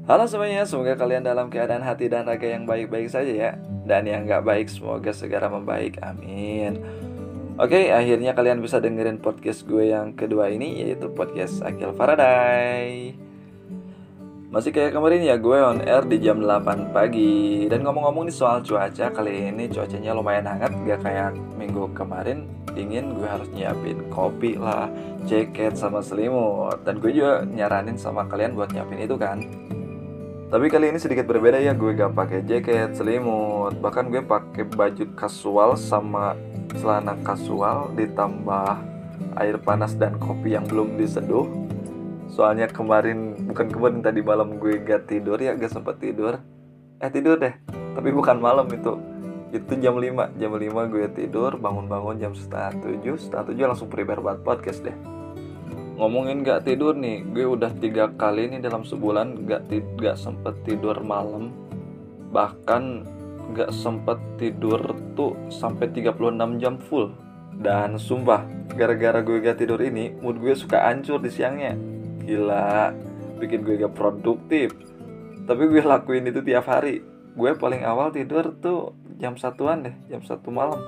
Halo semuanya, semoga kalian dalam keadaan hati dan raga yang baik-baik saja ya. Dan yang gak baik semoga segera membaik, amin. Oke, akhirnya kalian bisa dengerin podcast gue yang kedua ini, yaitu podcast Akil Faraday. Masih kayak kemarin ya, gue on air di jam 8 pagi. Dan ngomong-ngomong nih soal cuaca, kali ini cuacanya lumayan hangat. Gak kayak minggu kemarin dingin, gue harus nyiapin kopi lah, jaket sama selimut. Dan gue juga nyaranin sama kalian buat nyiapin itu kan. Tapi kali ini sedikit berbeda ya, gue gak pakai jaket, selimut, bahkan gue pakai baju kasual sama celana kasual ditambah air panas dan kopi yang belum diseduh. Soalnya bukan kemarin tadi malam gue gak tidur ya, gak sempat tidur. Tidur deh, tapi bukan malam itu. Itu jam 5 gue tidur, bangun-bangun jam setengah 7 langsung prepare buat podcast deh. Ngomongin gak tidur nih, gue udah 3 kali nih dalam sebulan gak sempet tidur malam. Bahkan gak sempet tidur tuh sampai 36 jam full. Dan sumpah, gara-gara gue gak tidur ini, mood gue suka hancur di siangnya. Gila, bikin gue gak produktif. Tapi gue lakuin itu tiap hari. Gue paling awal tidur tuh jam 1-an deh, jam 1 malam.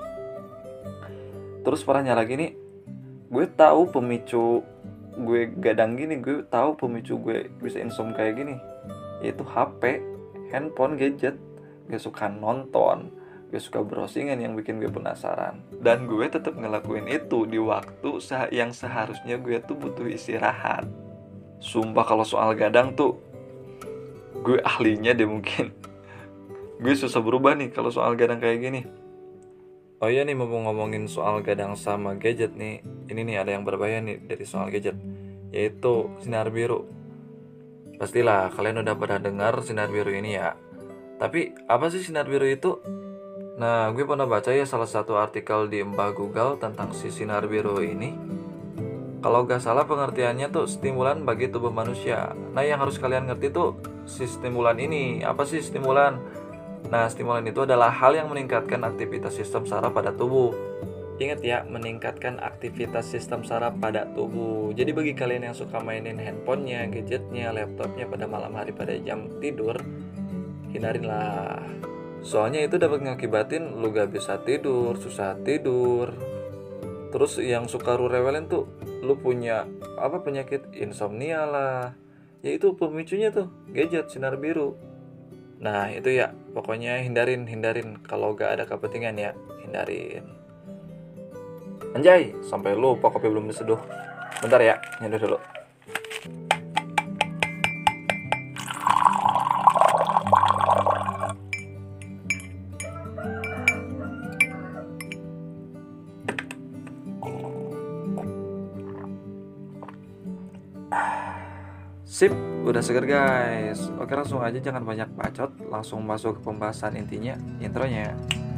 Terus parahnya lagi nih, gue tahu pemicu gue gadang gini, gue tahu pemicu gue bisa insomnia kayak gini, yaitu HP, handphone, gadget. Gue suka nonton, gue suka browsingan yang bikin gue penasaran. Dan gue tetap ngelakuin itu di waktu yang seharusnya gue tuh butuh istirahat. Sumpah kalau soal gadang tuh gue ahlinya deh mungkin. Gue susah berubah nih kalau soal gadang kayak gini. Oh iya nih, mau ngomongin soal gadang sama gadget nih. Ini nih ada yang berbahaya nih dari soal gadget, yaitu sinar biru. Pastilah kalian udah pernah dengar sinar biru ini ya. Tapi apa sih sinar biru itu? Nah, gue pernah baca ya salah satu artikel di Mbah Google tentang si sinar biru ini. Kalau gak salah pengertiannya tuh stimulan bagi tubuh manusia. Nah, yang harus kalian ngerti tuh si stimulan ini. Apa sih stimulan? Nah, stimulan itu adalah hal yang meningkatkan aktivitas sistem saraf pada tubuh. Ingat ya, meningkatkan aktivitas sistem saraf pada tubuh. Jadi bagi kalian yang suka mainin handphonenya, gadgetnya, laptopnya pada malam hari pada jam tidur, hindarinlah. Soalnya itu dapat ngakibatin lu gak bisa tidur, susah tidur. Terus yang suka rewelin tuh, lu punya penyakit insomnia lah. Ya itu pemicunya tuh, gadget, sinar biru. Nah itu ya, pokoknya hindarin kalau gak ada kepentingan ya, hindarin. Anjay, sampai lupa kopi belum diseduh. Bentar ya, nyeduh dulu. Sip, udah seger guys. Oke, langsung aja, jangan banyak bacot, langsung masuk ke pembahasan intinya, intronya.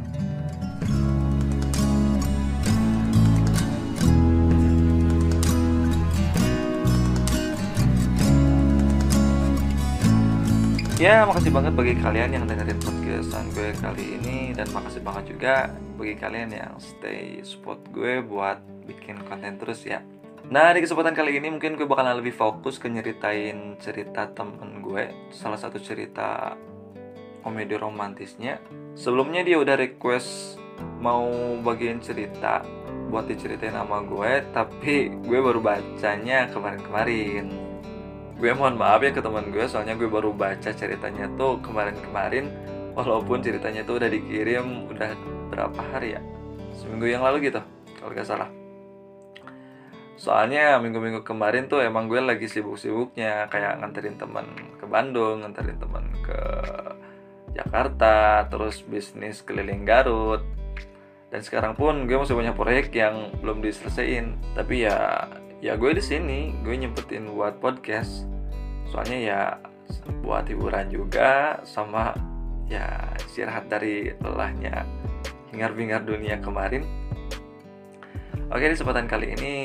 Ya, makasih banget bagi kalian yang dengerin podcastan gue kali ini. Dan makasih banget juga bagi kalian yang stay support gue buat bikin konten terus ya. Nah, di kesempatan kali ini mungkin gue bakalan lebih fokus ke nyeritain cerita temen gue. Salah satu cerita komedi romantisnya. Sebelumnya dia udah request mau bagiin cerita buat diceritain sama gue, tapi gue baru bacanya kemarin-kemarin. Gue mohon maaf ya ke teman gue, soalnya gue baru baca ceritanya tuh kemarin-kemarin. Walaupun ceritanya tuh udah dikirim udah berapa hari ya, seminggu yang lalu gitu kalau gak salah. Soalnya minggu-minggu kemarin tuh emang gue lagi sibuk-sibuknya, kayak nganterin teman ke Bandung, nganterin teman ke Jakarta, terus bisnis keliling Garut. Dan sekarang pun gue masih banyak proyek yang belum diselesaiin. Tapi ya gue di sini, gue nyempetin buat podcast. Soalnya ya buat hiburan juga, sama ya istirahat dari lelahnya hingar-bingar dunia kemarin. Oke, di kesempatan kali ini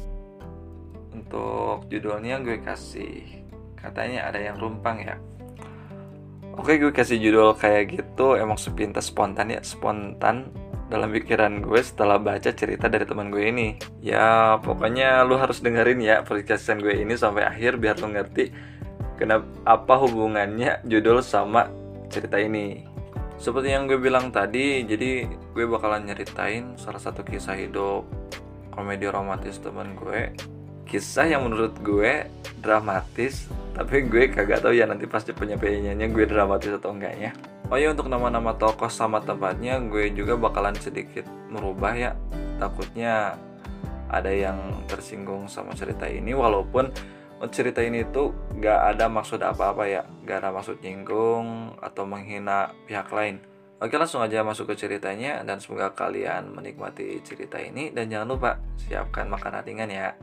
untuk judulnya gue kasih, katanya ada yang rumpang ya. Oke, gue kasih judul kayak gitu emang sepintas spontan dalam pikiran gue setelah baca cerita dari teman gue ini. Ya pokoknya lu harus dengerin ya podcastan gue ini sampai akhir biar lu ngerti Kenapa, apa hubungannya judul sama cerita ini? Seperti yang gue bilang tadi, jadi gue bakalan nyeritain salah satu kisah hidup komedi romantis temen gue. Kisah yang menurut gue dramatis, tapi gue kagak tahu ya nanti pas penyampaiannya gue dramatis atau enggaknya. Oh ya, untuk nama-nama tokoh sama tempatnya gue juga bakalan sedikit merubah ya. Takutnya ada yang tersinggung sama cerita ini, walaupun cerita ini tuh gak ada maksud apa-apa ya, gak ada maksud nyinggung atau menghina pihak lain. Oke, langsung aja masuk ke ceritanya, dan semoga kalian menikmati cerita ini. Dan jangan lupa siapkan makanan ringan ya.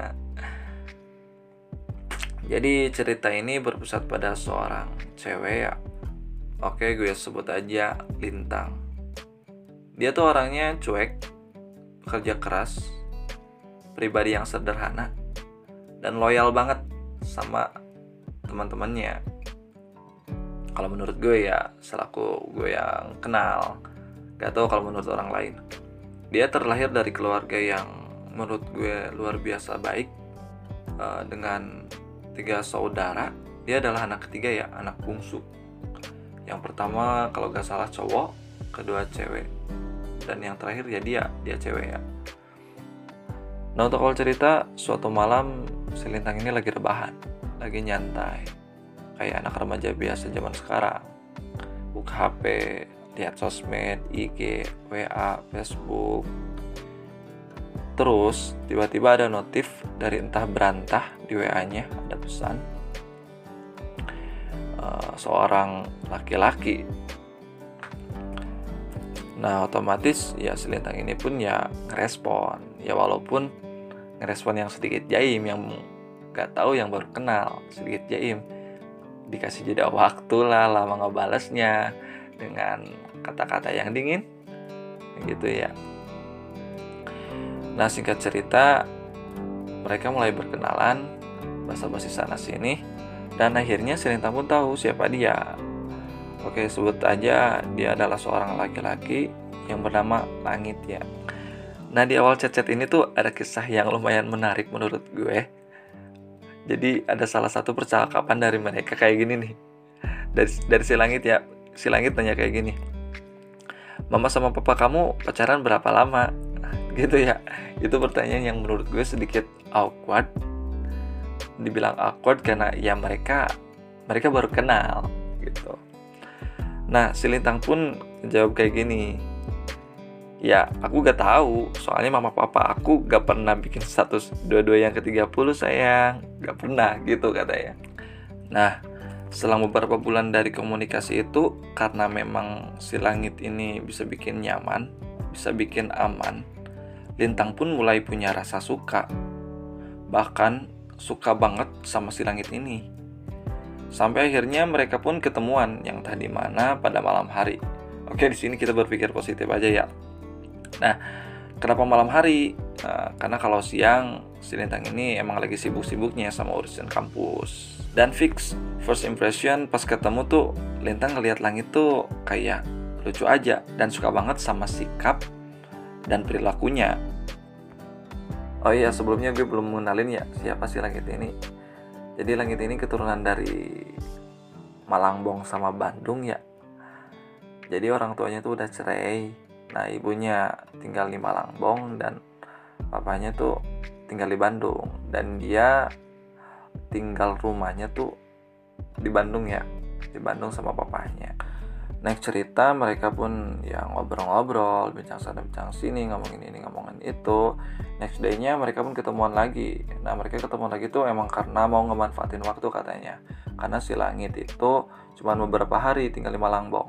Jadi cerita ini berpusat pada seorang cewek ya. Oke, gue sebut aja Lintang. Dia tuh orangnya cuek, kerja keras, pribadi yang sederhana, dan loyal banget sama teman-temannya. Kalau menurut gue ya, selaku gue yang kenal, gak tahu kalau menurut orang lain. Dia terlahir dari keluarga yang menurut gue luar biasa baik, dengan 3 saudara. Dia adalah anak ketiga ya, anak bungsu. Yang pertama kalau gak salah cowok, kedua cewek, dan yang terakhir ya dia cewek ya. Nah, untuk awal cerita, suatu malam si Lintang ini lagi rebahan, lagi nyantai, kayak anak remaja biasa zaman sekarang. Buka HP, lihat sosmed, IG, WA, Facebook. Terus tiba-tiba ada notif dari entah berantah di WA-nya, ada pesan seorang laki-laki. Nah, otomatis ya si Lintang ini pun ya ngerespon. Ya walaupun ngerespon yang sedikit jaim, yang gak tahu, yang baru kenal, sedikit jaim. Dikasih jeda waktu lah, lama ngebalesnya dengan kata-kata yang dingin gitu ya. Nah, singkat cerita, mereka mulai berkenalan, basa-basi sana sini, dan akhirnya si Lintang pun tahu siapa dia. Oke, sebut aja dia adalah seorang laki-laki yang bernama Langit ya. Nah, di awal chat-chat ini tuh ada kisah yang lumayan menarik menurut gue. Jadi ada salah satu percakapan dari mereka kayak gini nih. Dari si Langit ya. Si Langit tanya kayak gini, "Mama sama papa kamu pacaran berapa lama?" Gitu ya. Itu pertanyaan yang menurut gue sedikit awkward. Dibilang awkward karena ya mereka baru kenal gitu. Nah, si Lintang pun jawab kayak gini, "Ya, aku gak tahu. Soalnya mama papa aku gak pernah bikin status 22 yang ke-30 sayang. Gak pernah," gitu katanya. Nah, selang beberapa bulan dari komunikasi itu, karena memang si Langit ini bisa bikin nyaman, bisa bikin aman, Lintang pun mulai punya rasa suka. Bahkan suka banget sama si Langit ini. Sampai akhirnya mereka pun ketemuan, yang tadi mana pada malam hari. Oke, di sini kita berpikir positif aja ya. Nah, kenapa malam hari? Karena kalau siang si Lintang ini emang lagi sibuk-sibuknya sama urusan kampus. Dan fix first impression pas ketemu tuh Lintang ngelihat Langit tuh kayak lucu aja dan suka banget sama sikap dan perilakunya. Oh iya, sebelumnya gue belum mengenalin ya siapa sih Langit ini. Jadi Langit ini keturunan dari Malangbong sama Bandung ya. Jadi orang tuanya tuh udah cerai. Nah, ibunya tinggal di Malangbong dan papanya tuh tinggal di Bandung. Dan dia tinggal rumahnya tuh di Bandung ya. Di Bandung sama papanya. Next cerita, mereka pun ya ngobrol-ngobrol, bincang sana bincang sini, ngomongin ini ngomongin itu. Next day-nya mereka pun ketemuan lagi. Nah, mereka ketemuan lagi tuh emang karena mau ngemanfaatin waktu katanya. Karena si Langit itu cuma beberapa hari tinggal di Malangbong.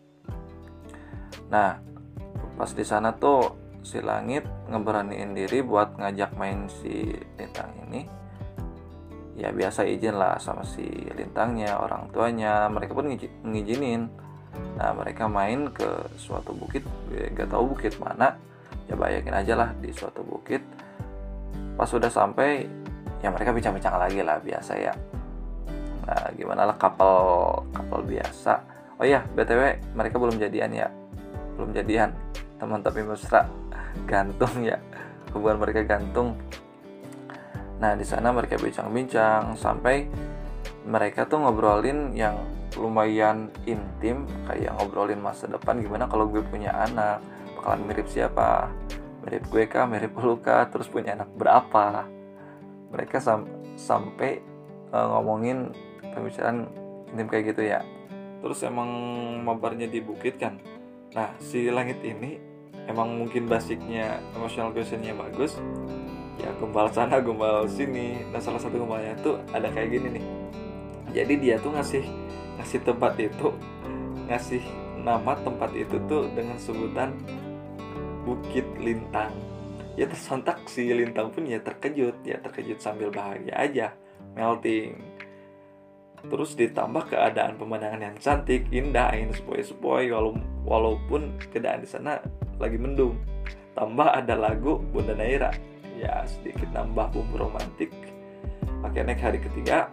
Nah, pas di sana tuh si Langit ngeberaniin diri buat ngajak main si Lintang ini. Ya biasa izin lah sama si Lintangnya, orang tuanya. Mereka pun ngizinin. Nah, mereka main ke suatu bukit, gak tahu bukit mana. Ya bayangin aja lah, di suatu bukit. Pas sudah sampai, ya mereka bincang-bincang lagi lah, biasa ya. Nah, gimana lah couple biasa. Oh iya, BTW mereka belum jadian ya. Belum jadian, teman tapi mesra. Gantung ya, hubungan mereka gantung. Nah, di sana mereka bincang-bincang sampai mereka tuh ngobrolin yang lumayan intim, kayak ngobrolin masa depan, gimana kalau gue punya anak, bakalan mirip siapa, mirip gue kah, mirip lu kah, terus punya anak berapa. Mereka sampai ngomongin pembicaraan intim kayak gitu ya. Terus emang mabarnya di bukit kan. Nah, si langit ini emang mungkin basicnya emotional questionnya bagus. Ya gombal sana, gombal sini. Nah, salah satu gombalnya tuh ada kayak gini nih. Jadi dia tuh ngasih tempat itu, ngasih nama tempat itu tuh dengan sebutan Bukit Lintang. Ya tersontak si Lintang pun ya terkejut sambil bahagia aja, melting. Terus ditambah keadaan pemandangan yang cantik, indah, angin sepoi-sepoi, walaupun keadaan di sana lagi mendung. Tambah ada lagu Bunda Naira, ya sedikit nambah bumbu romantik. Pakai naik hari ketiga,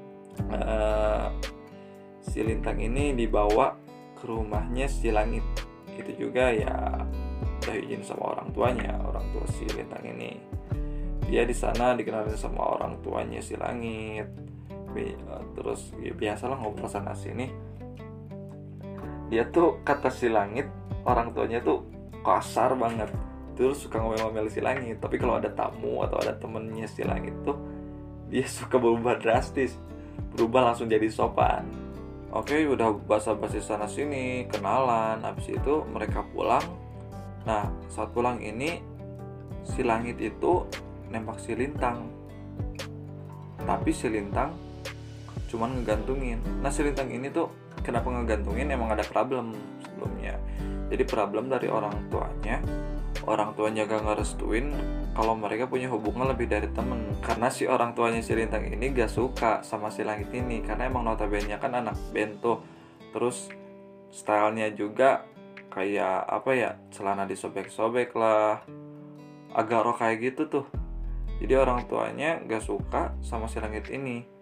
si Lintang ini dibawa ke rumahnya si Langit. Itu juga ya udah izin sama orang tuanya, orang tua si Lintang ini. Dia di sana dikenalin sama orang tuanya si Langit. Terus ya biasalah ngobrol sana sini. Dia tuh kata si Langit, orang tuanya tuh kasar banget, terus suka ngomel-ngomel si Langit. Tapi kalau ada tamu atau ada temennya si Langit tuh, dia suka berubah drastis, berubah langsung jadi sopan. Oke, udah basa-basi sana sini, kenalan. Habis itu mereka pulang. Nah, saat pulang ini si Langit itu nembak si Lintang, tapi si Lintang cuman ngegantungin. Nah, si Lintang ini tuh kenapa ngegantungin, emang ada problem sebelumnya. Jadi problem dari orang tuanya gak ngerestuin kalau mereka punya hubungan lebih dari temen. Karena si orang tuanya si Lintang ini gak suka sama si Langit ini, karena emang notabene kan anak band tuh. Terus stylenya juga kayak apa ya, celana disobek-sobek lah, agak rock kayak gitu tuh. Jadi orang tuanya gak suka sama si Langit ini.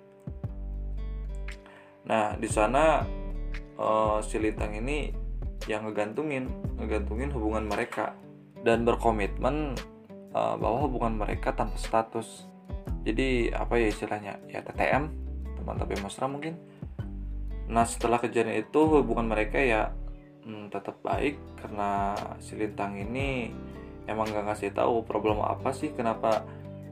Nah, di sana si Lintang ini yang ngegantungin hubungan mereka dan berkomitmen bahwa hubungan mereka tanpa status. Jadi apa ya istilahnya, ya TTM, teman tapi mesra mungkin. Nah, setelah kejadian itu hubungan mereka ya tetap baik, karena si Lintang ini emang gak ngasih tahu problem apa sih, kenapa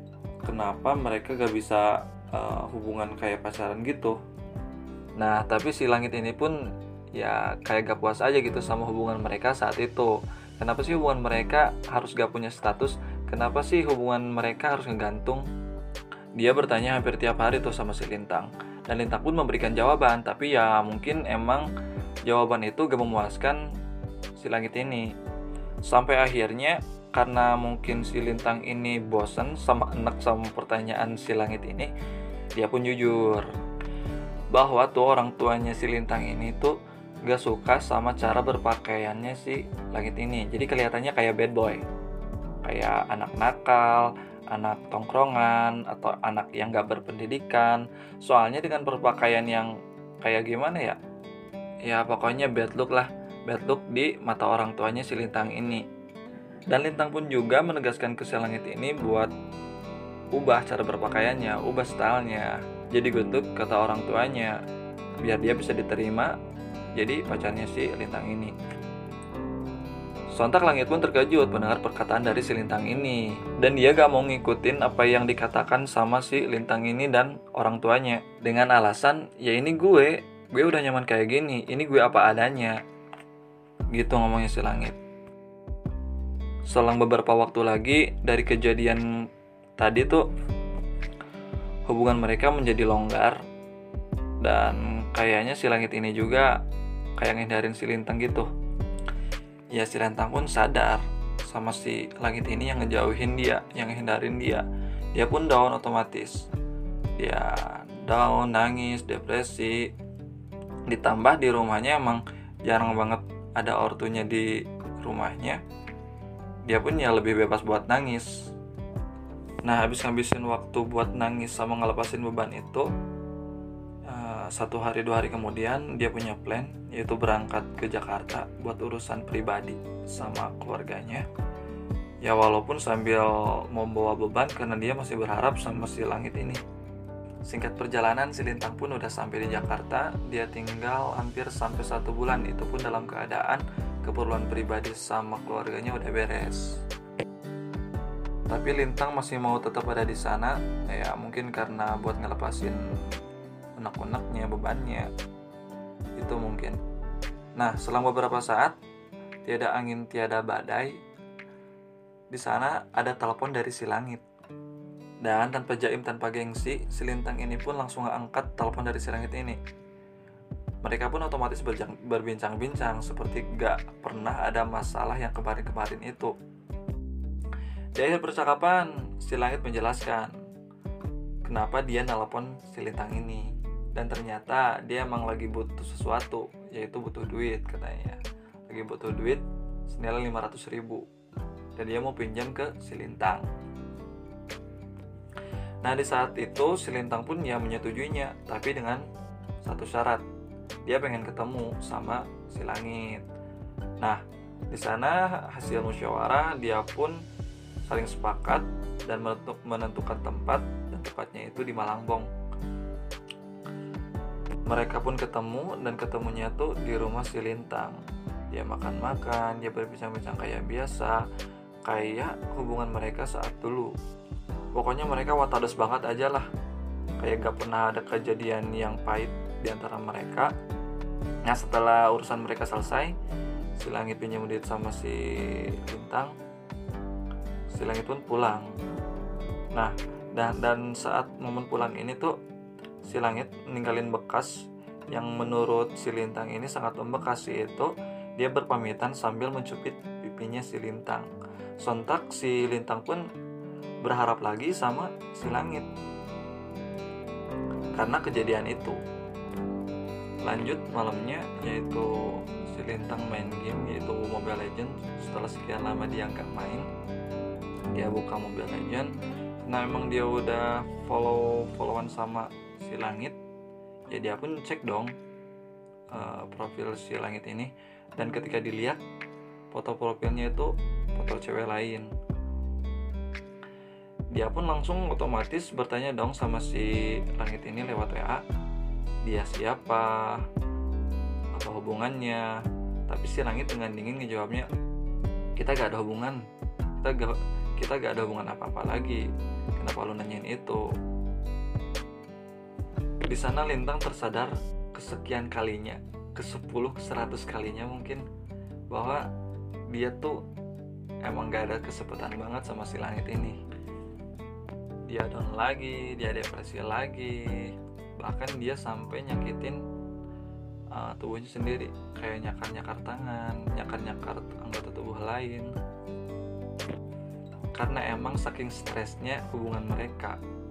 mereka gak bisa hubungan kayak pacaran gitu. Nah, tapi si Langit ini pun ya kayak gak puas aja gitu sama hubungan mereka saat itu. Kenapa sih hubungan mereka harus gak punya status? Kenapa sih hubungan mereka harus ngegantung? Dia bertanya hampir tiap hari tuh sama si Lintang. Dan Lintang pun memberikan jawaban, tapi ya mungkin emang jawaban itu gak memuaskan si Langit ini. Sampai akhirnya karena mungkin si Lintang ini bosan sama enak sama pertanyaan si Langit ini, dia pun jujur bahwa tuh orang tuanya si Lintang ini tuh gak suka sama cara berpakaiannya si Langit ini. Jadi kelihatannya kayak bad boy, kayak anak nakal, anak tongkrongan, atau anak yang gak berpendidikan. Soalnya dengan berpakaian yang kayak gimana ya, ya pokoknya bad look lah, bad look di mata orang tuanya si Lintang ini. Dan Lintang pun juga menegaskan ke si Langit ini buat ubah cara berpakaiannya, ubah stylenya, jadi good look kata orang tuanya, biar dia bisa diterima jadi pacarnya si Lintang ini. Sontak Langit pun terkejut mendengar perkataan dari si Lintang ini, dan dia gak mau ngikutin apa yang dikatakan sama si Lintang ini dan orang tuanya, dengan alasan ya ini gue udah nyaman kayak gini, ini gue apa adanya gitu ngomongnya si Langit. Selang beberapa waktu lagi dari kejadian tadi tuh, hubungan mereka menjadi longgar. Dan kayaknya si Langit ini juga kayak ngindarin si Lintang gitu. Ya si Lintang pun sadar sama si Langit ini yang ngejauhin dia, yang ngehindarin dia. Dia pun down otomatis. Dia down, nangis, depresi. Ditambah di rumahnya emang jarang banget ada ortunya di rumahnya. Dia pun ya lebih bebas buat nangis. Nah, habis ngabisin waktu buat nangis sama ngelepasin beban itu, 1 hari 2 hari kemudian dia punya plan, yaitu berangkat ke Jakarta buat urusan pribadi sama keluarganya. Ya walaupun sambil membawa beban, karena dia masih berharap sama si Langit ini. Singkat perjalanan, si Lintang pun udah sampai di Jakarta. Dia tinggal hampir sampai 1 bulan. Itu pun dalam keadaan keperluan pribadi sama keluarganya udah beres. Tapi Lintang masih mau tetap ada di sana. Ya mungkin karena buat ngelepasin unek-uneknya, bebannya. Itu mungkin. Nah, selang beberapa saat, tiada angin tiada badai, di sana ada telepon dari si Langit. Dan tanpa jaim, tanpa gengsi, si Lintang ini pun langsung angkat telepon dari si Langit ini. Mereka pun otomatis berbincang-bincang seperti gak pernah ada masalah yang kemarin-kemarin itu. Di akhir percakapan, si Langit menjelaskan kenapa dia nelpon si Lintang ini. Dan ternyata dia emang lagi butuh sesuatu, yaitu butuh duit katanya. Lagi butuh duit senilai 500.000. Dan dia mau pinjam ke si Lintang. Nah, di saat itu si Lintang pun ya menyetujuinya, tapi dengan satu syarat. Dia pengen ketemu sama si Langit. Nah, di sana hasil musyawarah dia pun saling sepakat dan menentukan tempat, dan tepatnya itu di Malangbong. Mereka pun ketemu, dan ketemunya tuh di rumah si Lintang. Dia makan-makan, dia berbincang-bincang kayak biasa, kayak hubungan mereka saat dulu. Pokoknya mereka watados banget aja lah. Kayak gak pernah ada kejadian yang pahit di antara mereka. Nah, setelah urusan mereka selesai, si Langit pinjam duit sama si Lintang. Si Langit pun pulang. Nah, dan saat momen pulang ini tuh si Langit ninggalin bekas yang menurut si Lintang ini sangat membekas, yaitu dia berpamitan sambil mencubit pipinya si Lintang. Sontak si Lintang pun berharap lagi sama si Langit karena kejadian itu. Lanjut malamnya, yaitu si Lintang main game, yaitu Mobile Legends. Setelah sekian lama dia nggak main, dia buka Mobile Legends. Nah, memang dia udah followan sama si Langit, ya dia pun cek dong profil si Langit ini. Dan ketika dilihat, foto profilnya itu foto cewek lain. Dia pun langsung otomatis bertanya dong sama si Langit ini lewat WA, dia siapa, apa hubungannya. Tapi si Langit dengan dingin ngejawabnya, kita gak ada hubungan, kita gak ada hubungan apa-apa lagi. Kenapa lu nanyain itu? Di sana Lintang tersadar kesekian kalinya, ke-10, ke-100 kalinya mungkin, bahwa dia tuh emang gak ada kesempatan banget sama si Langit ini. Dia down lagi, dia depresi lagi, bahkan dia sampai nyakitin tubuhnya sendiri, kayak nyakar-nyakar tangan, nyakar-nyakar anggota tubuh lain, karena emang saking stresnya hubungan mereka.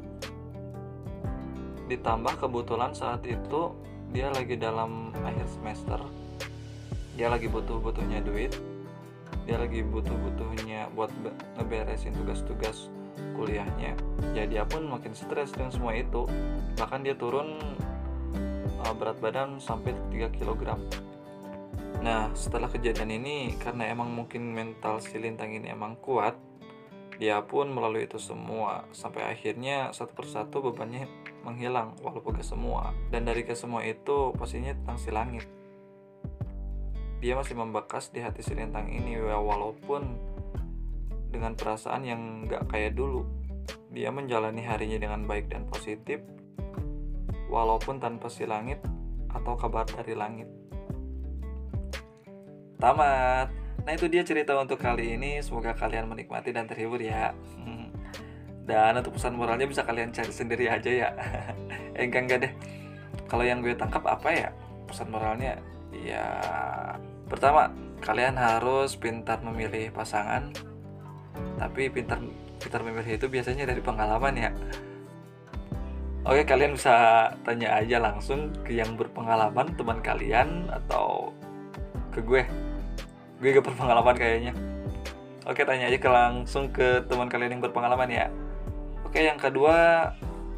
Ditambah kebetulan saat itu dia lagi dalam akhir semester, dia lagi butuh-butuhnya duit, dia lagi butuh-butuhnya buat ngeberesin tugas-tugas kuliahnya. Ya dia pun makin stres dengan semua itu. Bahkan dia turun berat badan sampai 3 kg. Nah, setelah kejadian ini, karena emang mungkin mental si Lintang ini emang kuat, dia pun melalui itu semua. Sampai akhirnya satu persatu bebannya menghilang, walaupun gak semua. Dan dari ke semua itu pastinya tentang si Langit. Dia masih membekas di hati si Lintang ini, walaupun dengan perasaan yang gak kayak dulu. Dia menjalani harinya dengan baik dan positif, walaupun tanpa si Langit atau kabar dari Langit. Tamat. Nah, itu dia cerita untuk kali ini. Semoga kalian menikmati dan terhibur ya. Dan untuk pesan moralnya bisa kalian cari sendiri aja ya. Enggak deh. Kalau yang gue tangkap apa ya pesan moralnya? Ya, pertama, kalian harus pintar memilih pasangan. Tapi pintar memilih itu biasanya dari pengalaman ya. Oke, kalian bisa tanya aja langsung ke yang berpengalaman, teman kalian, atau ke gue gak berpengalaman kayaknya. Oke, tanya aja langsung ke teman kalian yang berpengalaman ya. Oke, yang kedua,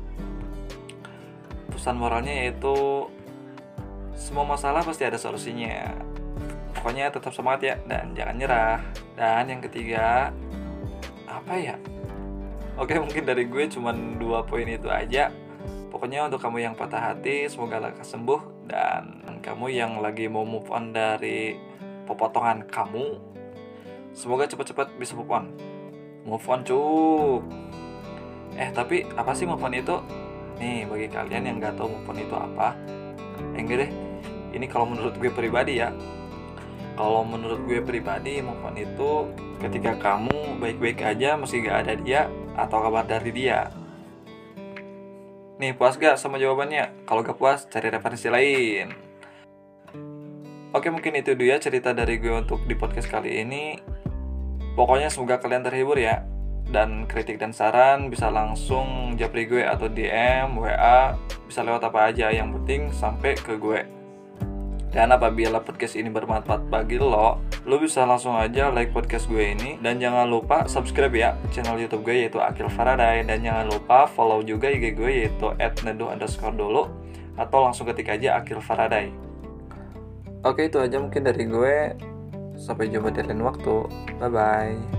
pesan moralnya yaitu semua masalah pasti ada solusinya. Pokoknya tetap semangat ya, dan jangan nyerah. Dan yang ketiga, apa ya? Oke, mungkin dari gue cuman 2 poin itu aja. Pokoknya untuk kamu yang patah hati, semoga lekas sembuh. Dan kamu yang lagi mau move on dari pepotongan kamu, semoga cepat-cepat bisa move on. Move on cuk. Tapi apa sih move on itu? Nih bagi kalian yang gak tahu move on itu apa, enggak deh, ini kalau menurut gue pribadi ya. Kalau menurut gue pribadi, move on itu ketika kamu baik-baik aja meski gak ada dia atau kabar dari dia. Nih puas gak sama jawabannya? Kalau gak puas, cari referensi lain. Oke, mungkin itu dia cerita dari gue untuk di podcast kali ini. Pokoknya semoga kalian terhibur ya. Dan kritik dan saran bisa langsung japri gue atau DM, WA, bisa lewat apa aja, yang penting sampai ke gue. Dan apabila podcast ini bermanfaat bagi lo bisa langsung aja like podcast gue ini. Dan jangan lupa subscribe ya channel YouTube gue yaitu Akil Faraday. Dan jangan lupa follow juga IG gue yaitu @neduh_dulu. Atau langsung ketik aja Akil Faraday. Oke, itu aja mungkin dari gue. Sampai jumpa di lain waktu. Bye-bye.